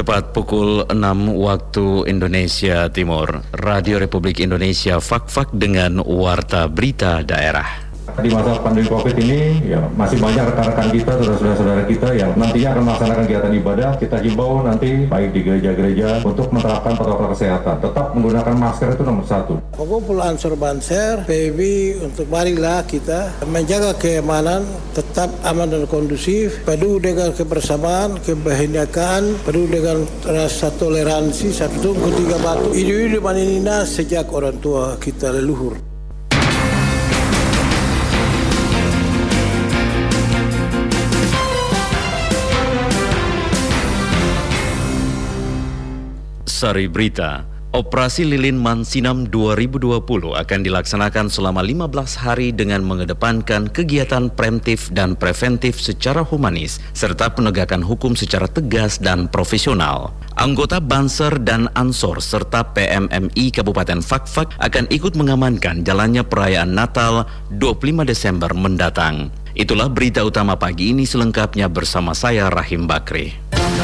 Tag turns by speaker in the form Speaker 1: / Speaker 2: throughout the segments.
Speaker 1: Tepat pukul 6 waktu Indonesia Timur, Radio Republik Indonesia Fak-Fak dengan Warta Berita Daerah.
Speaker 2: Di masa pandemi COVID ini, masih banyak rekan-rekan kita, saudara-saudara kita yang nantinya akan melaksanakan kegiatan ibadah. Kita himbau nanti, baik di gereja-gereja, untuk menerapkan protokol kesehatan. Tetap menggunakan masker itu nomor satu.
Speaker 3: Pokoknya Ansor Banser, PB, untuk marilah kita menjaga keamanan, tetap aman dan kondusif, penuh dengan kebersamaan, kebahagiaan, penuh dengan rasa toleransi, satu ketiga batu. Ini manina sejak orang tua kita leluhur.
Speaker 1: Sari Berita, Operasi Lilin Mansinam 2020 akan dilaksanakan selama 15 hari dengan mengedepankan kegiatan preventif dan preventif secara humanis, serta penegakan hukum secara tegas dan profesional. Anggota Banser dan Ansor serta PMMI Kabupaten Fak-Fak akan ikut mengamankan jalannya perayaan Natal 25 Desember mendatang. Itulah berita utama pagi ini, selengkapnya bersama saya Rahim Bakri.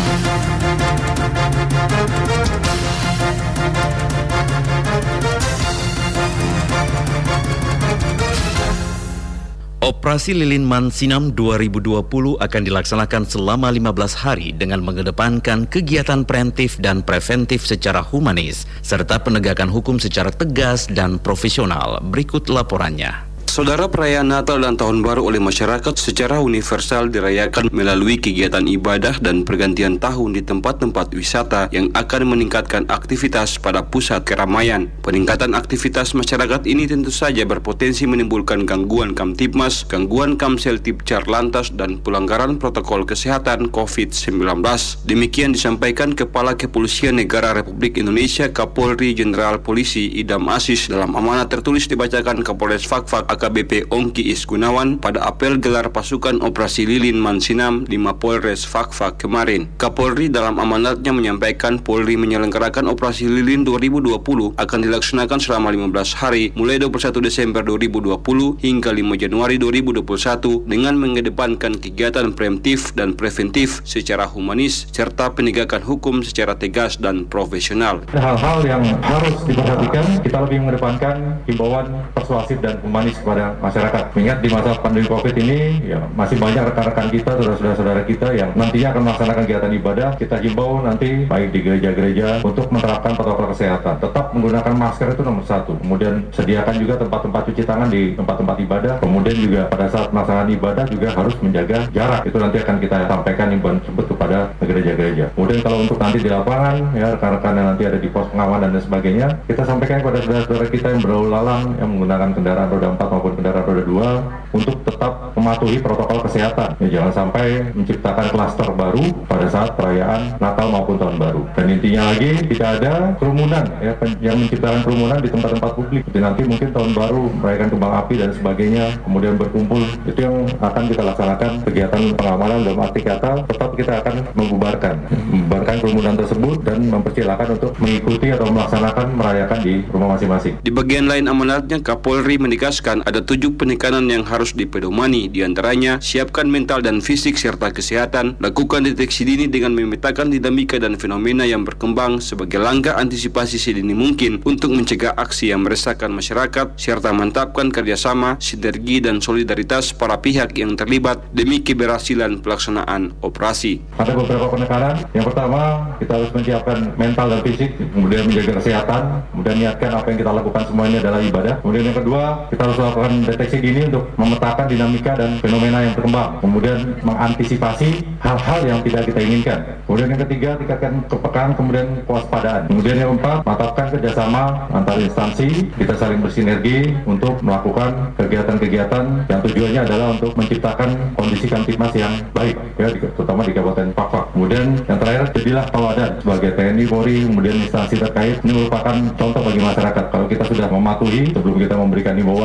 Speaker 1: Operasi Lilin Mansinam 2020 akan dilaksanakan selama 15 hari dengan mengedepankan kegiatan preventif dan preventif secara humanis, serta penegakan hukum secara tegas dan profesional. Berikut laporannya.
Speaker 4: Saudara, perayaan Natal dan Tahun Baru oleh masyarakat secara universal dirayakan melalui kegiatan ibadah dan pergantian tahun di tempat-tempat wisata yang akan meningkatkan aktivitas pada pusat keramaian. Peningkatan aktivitas masyarakat ini tentu saja berpotensi menimbulkan gangguan Kamtibmas, gangguan Kamseltibcar Lantas, dan pelanggaran protokol kesehatan COVID-19. Demikian disampaikan Kepala Kepolisian Negara Republik Indonesia Kapolri Jenderal Polisi Idam Aziz dalam amanat tertulis dibacakan Kapolres Fak-Fak AKBP Ongki Isgunawan pada apel gelar pasukan Operasi Lilin Mansinam di Mapolres Fak-Fak kemarin. Kapolri dalam amanatnya menyampaikan Polri menyelenggarakan Operasi Lilin 2020 akan dilaksanakan selama 15 hari mulai 21 Desember 2020 hingga 5 Januari 2021 dengan mengedepankan kegiatan preventif dan preventif secara humanis serta penegakan hukum secara tegas dan profesional.
Speaker 2: Hal-hal yang harus diperhatikan, kita lebih mengedepankan himbauan persuasif dan humanis kepada masyarakat. Mengingat di masa pandemi COVID ini, masih banyak rekan-rekan kita, saudara-saudara kita yang nantinya akan melaksanakan kegiatan ibadah. Kita himbau nanti, baik di gereja-gereja, untuk menerapkan protokol kesehatan. Tetap menggunakan masker itu nomor satu. Kemudian sediakan juga tempat-tempat cuci tangan di tempat-tempat ibadah. Kemudian juga pada saat melaksanakan ibadah juga harus menjaga jarak. Itu nanti akan kita sampaikan himbauan tersebut kepada gereja-gereja. Kemudian kalau untuk nanti di lapangan, rekan-rekan yang nanti ada di pos pengawanan dan sebagainya, kita sampaikan kepada saudara-saudara kita yang berlalu lalang, yang menggunakan kendaraan roda 4 maupun kendaraan roda 2 untuk tetap mematuhi protokol kesehatan. Jangan sampai menciptakan klaster baru pada saat perayaan Natal maupun Tahun Baru. Dan intinya lagi, tidak ada kerumunan yang menciptakan kerumunan di tempat-tempat publik. Jadi nanti mungkin Tahun Baru merayakan kembang api dan sebagainya, kemudian berkumpul, itu yang akan kita laksanakan kegiatan pengamanan. Dalam arti kata, tetap kita akan membubarkan kerumunan tersebut dan mempersilahkan untuk mengikuti atau melaksanakan merayakan di rumah masing-masing.
Speaker 4: Di bagian lain amanatnya, Kapolri menegaskan ada 7 penekanan yang harus dipedomani, diantaranya siapkan mental dan fisik serta kesehatan, lakukan deteksi dini dengan memetakan dinamika dan fenomena yang berkembang sebagai langkah antisipasi sedini mungkin untuk mencegah aksi yang meresahkan masyarakat, serta mantapkan kerjasama, sinergi dan solidaritas para pihak yang terlibat demi keberhasilan pelaksanaan operasi.
Speaker 2: Ada beberapa penekanan. Yang pertama, kita harus menyiapkan mental dan fisik, kemudian menjaga kesehatan, kemudian niatkan apa yang kita lakukan semuanya adalah ibadah. Kemudian yang kedua, kita harus lakukan deteksi dini untuk memetakan dinamika dan fenomena yang berkembang, kemudian mengantisipasi hal-hal yang tidak kita inginkan. Kemudian yang ketiga, tingkatkan kepekaan, kemudian kewaspadaan. Kemudian yang keempat, mantapkan kerjasama antar instansi, kita saling bersinergi untuk melakukan kegiatan-kegiatan yang tujuannya adalah untuk menciptakan kondisi Kamtibmas yang baik, terutama di Kabupaten Fak-Fak. Kemudian yang terakhir, jadilah teladan sebagai TNI, Polri, kemudian instansi terkait. Ini merupakan contoh bagi masyarakat. Kalau kita sudah mematuhi sebelum kita memberikan himbauan dan sebagainya,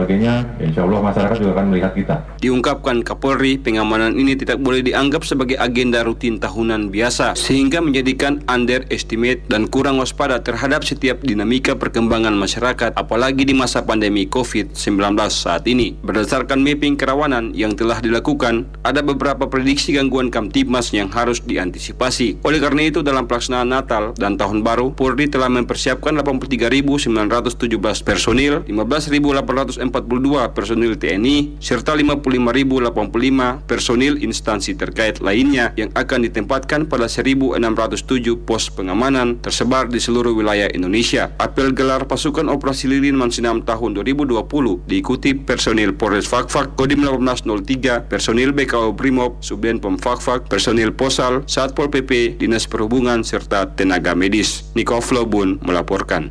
Speaker 2: sebagainya, insya Allah masyarakat juga akan melihat kita.
Speaker 4: Diungkapkan Kapolri, pengamanan ini tidak boleh dianggap sebagai agenda rutin tahunan biasa, sehingga menjadikan underestimate dan kurang waspada terhadap setiap dinamika perkembangan masyarakat, apalagi di masa pandemi COVID-19 saat ini. Berdasarkan mapping kerawanan yang telah dilakukan, ada beberapa prediksi gangguan Kamtibmas yang harus diantisipasi. Oleh karena itu, dalam pelaksanaan Natal dan Tahun Baru, Polri telah mempersiapkan 83.917 personil, 15.842 personil TNI, serta 55.085 personil instansi terkait lainnya yang akan ditempatkan pada 1.607 pos pengamanan tersebar di seluruh wilayah Indonesia. Apel gelar pasukan operasi lilin Mansinam tahun 2020 diikuti personil Polres Fakfak, Kodim 1803, personil BKO Brimob, Subdenpom Fakfak, personil Posal, Satpol PP, Dinas Perhubungan, serta tenaga medis. Niko Flobun melaporkan.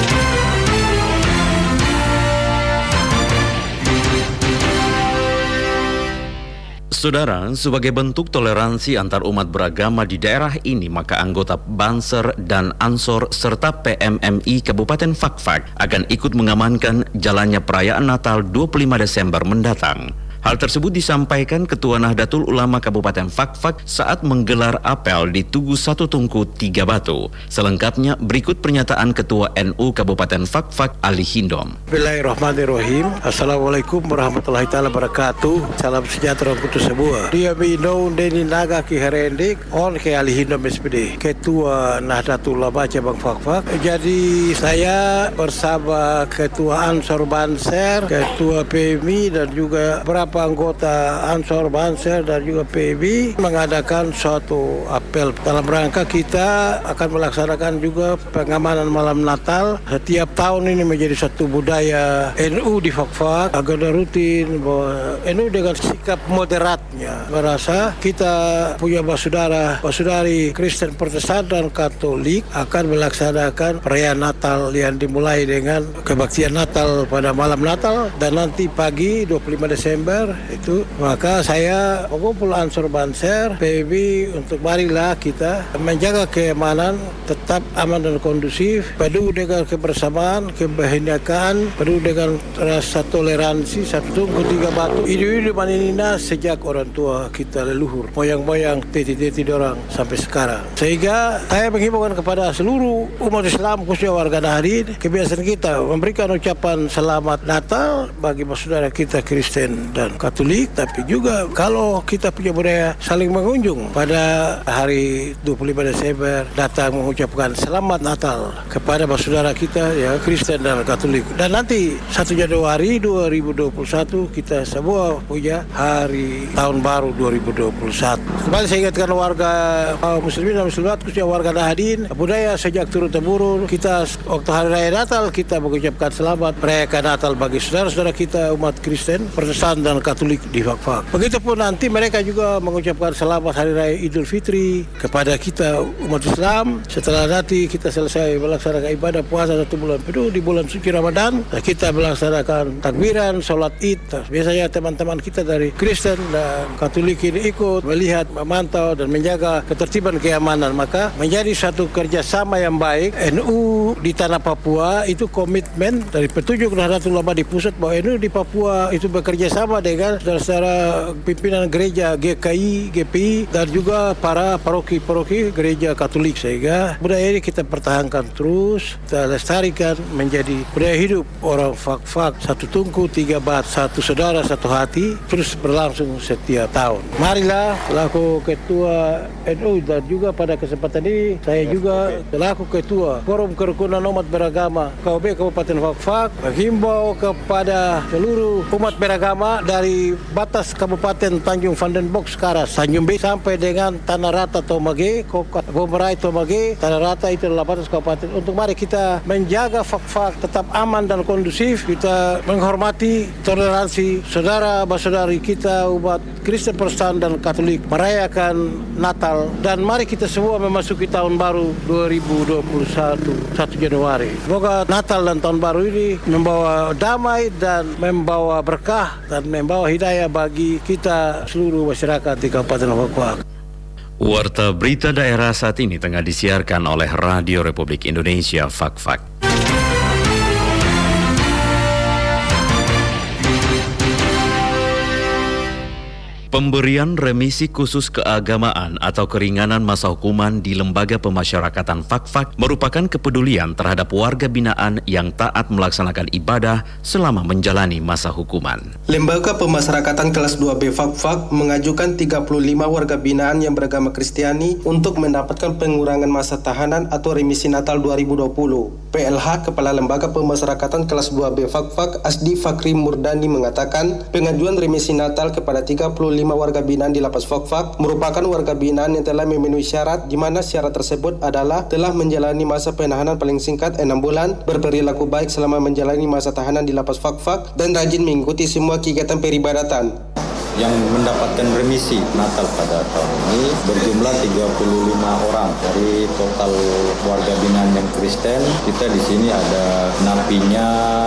Speaker 1: Saudara, sebagai bentuk toleransi antar umat beragama di daerah ini, maka anggota Banser dan Ansor serta PMMI Kabupaten Fakfak akan ikut mengamankan jalannya perayaan Natal 25 Desember mendatang. Hal tersebut disampaikan Ketua Nahdlatul Ulama Kabupaten Fakfak saat menggelar apel di Tugu Satu Tungku Tiga Batu. Selengkapnya berikut pernyataan Ketua NU Kabupaten Fakfak Ali Hindom.
Speaker 3: Bismillahirrahmanirrahim. Assalamualaikum warahmatullahi taala wabarakatuh. Salam sejahtera untuk semua. Dia bino deni naga ki herendik on ke Ali Hindom SPD, Ketua Nahdlatul Ulama Cabang Fakfak. Jadi saya bersama Ketua Ansor Banser, Ketua PMI dan juga beberapa anggota Ansor Banser dan juga PMI mengadakan suatu apel dalam rangka kita akan melaksanakan juga pengamanan malam Natal. Setiap tahun ini menjadi satu budaya NU di Fakfak, agenda rutin bahwa NU dengan sikap moderatnya merasa kita punya saudara-saudari Kristen, Protestan dan Katolik akan melaksanakan perayaan Natal yang dimulai dengan kebaktian Natal pada malam Natal dan nanti pagi 25 Desember itu, maka saya mengumpul Ansor Banser PBB untuk marilah kita menjaga keamanan tetap aman dan kondusif, penuh dengan kebersamaan, kebahagiaan, penuh dengan rasa toleransi, satu tungku tiga batu. Individu manina sejak orang tua kita leluhur, moyang-moyang titi-titi dorang sampai sekarang. Sehingga saya menghimbaukan kepada seluruh umat Islam khususnya warga Nahrin, kebiasaan kita memberikan ucapan selamat Natal bagi saudara kita Kristen dan Katolik, tapi juga kalau kita punya budaya saling mengunjung pada hari 25 Desember datang mengucapkan selamat Natal kepada saudara kita ya Kristen dan Katolik. Dan nanti 1 Januari 2021 kita semua punya hari Tahun Baru 2021. Kembali saya ingatkan warga muslimin dan muslimat khususnya warga Nahrin, budaya sejak turun-temurun kita waktu hari raya Natal kita mengucapkan selamat merayakan Natal bagi saudara-saudara kita umat Kristen, Protestan dan Katolik di Fakfak. Begitupun nanti mereka juga mengucapkan selamat Hari Raya Idul Fitri kepada kita umat Islam. Setelah nanti kita selesai melaksanakan ibadah puasa 1 bulan penuh di bulan suci Ramadan, kita melaksanakan takbiran, sholat Id. Biasanya teman-teman kita dari Kristen dan Katolik ini ikut melihat, memantau dan menjaga ketertiban keamanan. Maka menjadi satu kerjasama yang baik. NU di tanah Papua itu komitmen dari petunjuk Nahdlatul Ulama di pusat bahwa NU di Papua itu bekerja sama dengan saudara pimpinan gereja GKI, GPI dan juga para paroki-paroki gereja Katolik, sehingga budaya ini kita pertahankan terus, kita lestarikan menjadi budaya hidup orang Fakfak, satu tungku tiga bat, satu saudara satu hati, terus berlangsung setiap tahun. Marilah selaku Ketua NU dan juga pada kesempatan ini saya juga selaku Ketua Forum Kerukunan Umat Beragama KUB Kabupaten Fakfak menghimbau kepada seluruh umat beragama dari batas Kabupaten Tanjung Vandenbos Karas, Tanjung B sampai dengan Tanah Rata Tomage, Bomberai Tomage, Tanah Rata itu adalah batas kabupaten. Untuk mari kita menjaga Fakfak tetap aman dan kondusif, kita menghormati toleransi saudara-saudari kita umat Kristen, Protestan dan Katolik merayakan Natal, dan mari kita semua memasuki tahun baru 2021 1 Januari. Semoga Natal dan tahun baru ini membawa damai dan membawa berkah dan membawa hidayah bagi kita seluruh masyarakat di Kabupaten Fakfak.
Speaker 1: Warta berita daerah saat ini tengah disiarkan oleh Radio Republik Indonesia Fakfak. Pemberian remisi khusus keagamaan atau keringanan masa hukuman di Lembaga Pemasyarakatan Fak-Fak merupakan kepedulian terhadap warga binaan yang taat melaksanakan ibadah selama menjalani masa hukuman.
Speaker 5: Lembaga Pemasyarakatan kelas 2B Fak-Fak mengajukan 35 warga binaan yang beragama Kristiani untuk mendapatkan pengurangan masa tahanan atau remisi Natal 2020. PLH Kepala Lembaga Pemasyarakatan kelas 2B Fak-Fak Asdi Fakri Murdani mengatakan pengajuan remisi Natal kepada 35 warga binaan di Lapas Fak-Fak merupakan warga binaan yang telah memenuhi syarat, di mana syarat tersebut adalah telah menjalani masa penahanan paling singkat 6 bulan, berperilaku baik selama menjalani masa tahanan di Lapas Fak-Fak, dan rajin mengikuti semua kegiatan peribadatan.
Speaker 6: Yang mendapatkan remisi Natal pada tahun ini berjumlah 35 orang. Dari total warga binaan yang Kristen, kita di sini ada napinya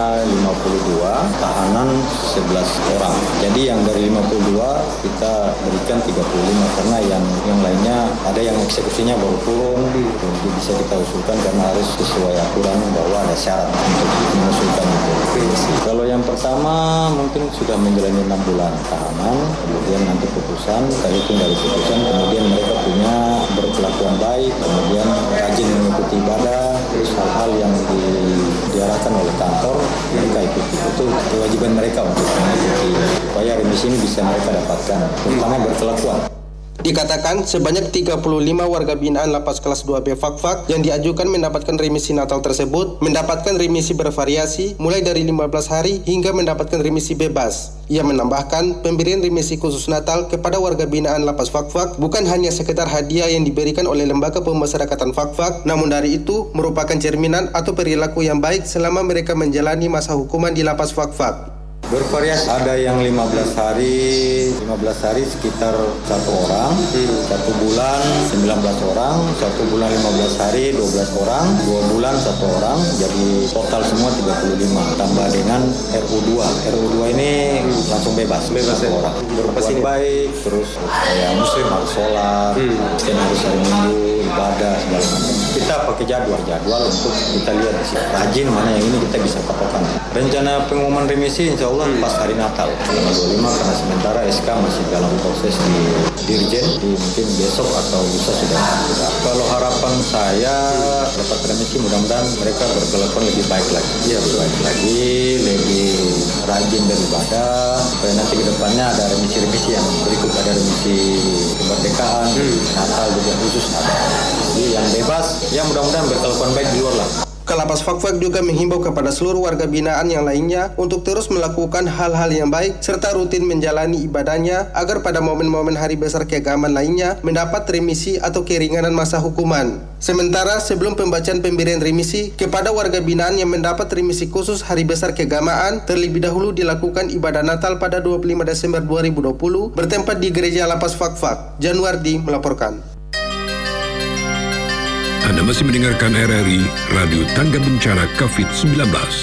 Speaker 6: 52, tahanan 11 orang. Jadi yang dari 52 kita berikan 35 karena yang lainnya ada yang eksekusinya baru turun. Jadi bisa kita usulkan karena harus sesuai aturan bahwa ada syarat untuk mengusulkan remisi. Kalau yang pertama mungkin sudah menjalani 6 bulan tahanan, kemudian nanti putusan, kita hitung dari putusan, kemudian mereka punya berkelakuan baik, kemudian rajin mengikuti ibadah, terus hal-hal yang diarahkan oleh kantor, mereka ikuti. Itu kewajiban mereka untuk mengikuti, supaya remisi ini bisa mereka dapatkan, terutama berkelakuan.
Speaker 5: Dikatakan sebanyak 35 warga binaan Lapas kelas 2B Fak-Fak yang diajukan mendapatkan remisi Natal tersebut mendapatkan remisi bervariasi mulai dari 15 hari hingga mendapatkan remisi bebas. Ia menambahkan pemberian remisi khusus Natal kepada warga binaan Lapas Fak-Fak bukan hanya sekedar hadiah yang diberikan oleh Lembaga Pemasyarakatan Fak-Fak, namun dari itu merupakan cerminan atau perilaku yang baik selama mereka menjalani masa hukuman di Lapas Fak-Fak.
Speaker 6: Bervariasi, ada yang 15 hari sekitar 1 orang, 1 bulan 19 orang, 1 bulan 15 hari 12 orang, 2 bulan 1 orang, jadi total semua 35, tambah dengan RU2. RU2 ini langsung bebas ya? Orang. Berbuat baik, terus kayak muslim harus sholat, dan harus hari minggu, ibadah, segala macam. Kita pakai jadwal untuk kita lihat rajin mana yang ini kita bisa patokan. Rencana pengumuman remisi insya Allah pas hari Natal tanggal 25, karena sementara SK masih dalam proses di Dirjen, mungkin besok atau lusa sudah. Kalau harapan saya dapat remisi, mudah-mudahan mereka berkelakuan lebih baik lagi. Ya, lebih rajin beribadah, supaya nanti ke depannya ada remisi-remisi yang berikut, ada remisi kemerdekaan, Natal juga khusus ada. Jadi yang bebas, ya mudah-mudahan berkelakuan baik di luar lah.
Speaker 5: Lapas Fak-Fak juga menghimbau kepada seluruh warga binaan yang lainnya untuk terus melakukan hal-hal yang baik serta rutin menjalani ibadahnya agar pada momen-momen hari besar keagamaan lainnya mendapat remisi atau keringanan masa hukuman. Sementara sebelum pembacaan pemberian remisi kepada warga binaan yang mendapat remisi khusus hari besar keagamaan, terlebih dahulu dilakukan ibadah Natal pada 25 Desember 2020 bertempat di Gereja Lapas Fak-Fak. Januardi melaporkan.
Speaker 7: Anda masih mendengarkan RRI Radio Tangga Bencana COVID-19.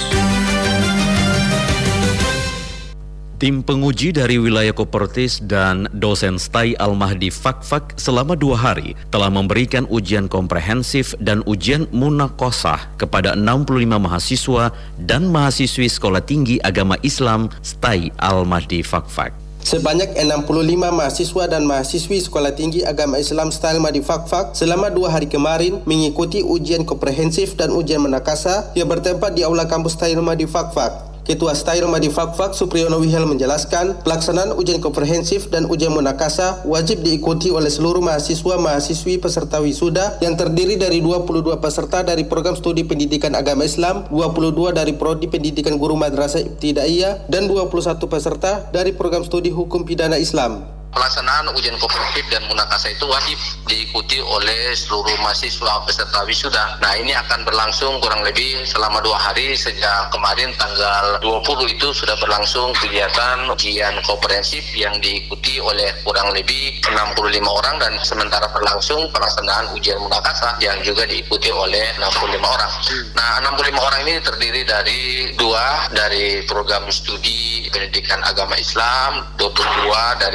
Speaker 1: Tim penguji dari wilayah Kopertis dan dosen STAI Al-Mahdi Fak-Fak selama 2 hari telah memberikan ujian komprehensif dan ujian munakosah kepada 65 mahasiswa dan mahasiswi Sekolah Tinggi Agama Islam STAI Al-Mahdi Fak-Fak.
Speaker 5: Sebanyak 65 mahasiswa dan mahasiswi Sekolah Tinggi Agama Islam STAI Al-Mahdi Fak-Fak selama 2 hari kemarin mengikuti ujian komprehensif dan ujian munakasah yang bertempat di Aula Kampus STAI Al-Mahdi Fak-Fak. Ketua STAI Al-Mahdi Fak-Fak Supriyono Wihel menjelaskan pelaksanaan ujian komprehensif dan ujian munakasah wajib diikuti oleh seluruh mahasiswa-mahasiswi peserta wisuda yang terdiri dari 22 peserta dari program studi pendidikan agama Islam, 22 dari prodi pendidikan guru madrasah ibtidaiyah, dan 21 peserta dari program studi hukum pidana Islam.
Speaker 8: Pelaksanaan ujian komprehensif dan munakasah itu wajib diikuti oleh seluruh mahasiswa peserta wisuda. Nah, ini akan berlangsung kurang lebih selama 2 hari sejak kemarin tanggal 20 itu sudah berlangsung kegiatan ujian komprehensif yang diikuti oleh kurang lebih 65 orang, dan sementara berlangsung pelaksanaan ujian munakasah yang juga diikuti oleh 65 orang. Nah, 65 orang ini terdiri dari 2 dari program studi pendidikan agama Islam, 22 dari program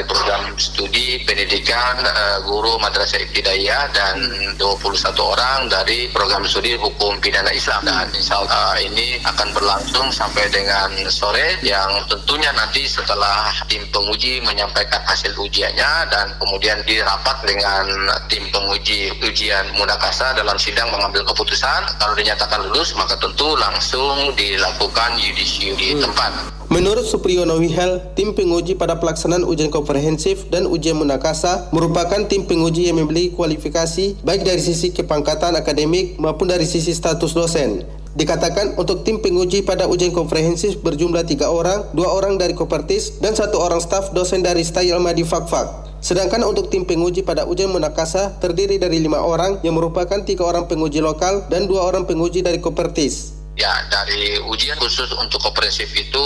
Speaker 8: studi pendidikan guru madrasah ibtidaiyah dan 21 orang dari program studi hukum pidana Islam. Dan insya Allah ini akan berlangsung sampai dengan sore, yang tentunya nanti setelah tim penguji menyampaikan hasil ujiannya dan kemudian dirapat dengan tim penguji ujian munakasa dalam sidang mengambil keputusan. Kalau dinyatakan lulus, maka tentu langsung dilakukan yudisium di tempat.
Speaker 5: Menurut Supriyono Wihel, tim penguji pada pelaksanaan ujian komprehensif dan ujian munakasa merupakan tim penguji yang memiliki kualifikasi baik dari sisi kepangkatan akademik maupun dari sisi status dosen. Dikatakan untuk tim penguji pada ujian komprehensif berjumlah 3 orang, 2 orang dari Kopertis dan 1 orang staf dosen dari Stay Almadi Fakfak. Sedangkan untuk tim penguji pada ujian munakasa terdiri dari 5 orang yang merupakan 3 orang penguji lokal dan 2 orang penguji dari Kopertis.
Speaker 8: Ya, dari ujian khusus untuk komprehensif itu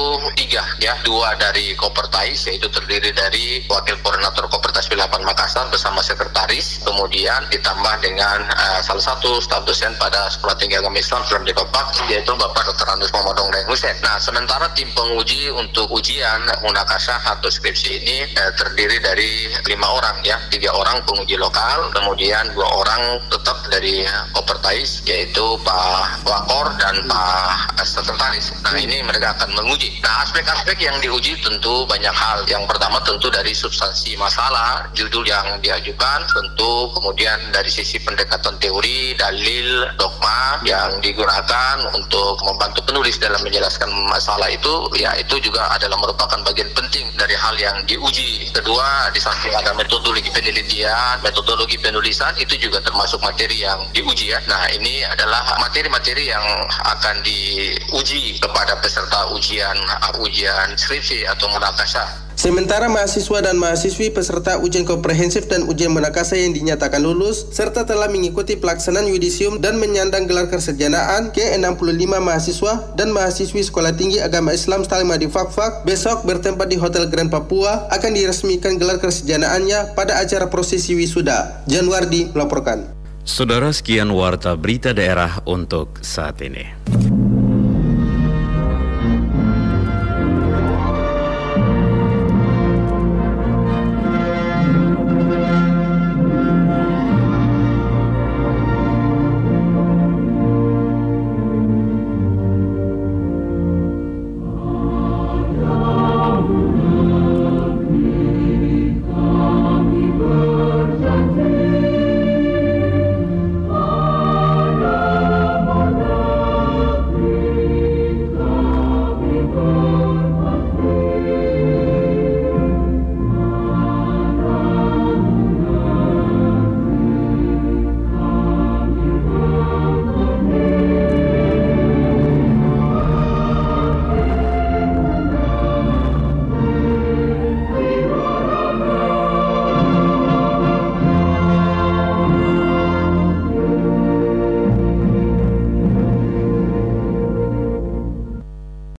Speaker 8: 3 ya, 2 dari Kopertais, yaitu terdiri dari Wakil Koordinator Kopertais Wilayah Makassar bersama Sekretaris, kemudian ditambah dengan salah satu staf dosen pada Sekolah Tinggi Agama Islam Islam di Bapak, yaitu Bapak Dr. Andus Muhammad Ongdeng Hussein. Nah, sementara tim penguji untuk ujian munakasah atau skripsi ini terdiri dari 5 orang ya, 3 orang penguji lokal, kemudian 2 orang tetap dari Kopertais, yaitu Pak Wakor dan Pak Sekretaris. Nah, ini mereka akan menguji. Nah, aspek-aspek yang diuji tentu banyak hal. Yang pertama tentu dari substansi masalah, judul yang diajukan, tentu kemudian dari sisi pendekatan teori, dalil, dogma yang digunakan untuk membantu penulis dalam menjelaskan masalah itu, ya itu juga adalah merupakan bagian penting dari hal yang diuji. Kedua, di samping ada metodologi penelitian, metodologi penulisan, itu juga termasuk materi yang diuji ya. Nah, ini adalah materi-materi yang akan diuji kepada peserta ujian skripsi atau munakasah.
Speaker 5: Sementara mahasiswa dan mahasiswi peserta ujian komprehensif dan ujian munakasah yang dinyatakan lulus serta telah mengikuti pelaksanaan yudisium dan menyandang gelar kesarjanaan ke 65 mahasiswa dan mahasiswi Sekolah Tinggi Agama Islam Stalma di Fakfak besok bertempat di Hotel Grand Papua akan diresmikan gelar kesarjanaannya pada acara prosesi wisuda. Janwardi melaporkan.
Speaker 1: Saudara, sekian warta berita daerah untuk saat ini.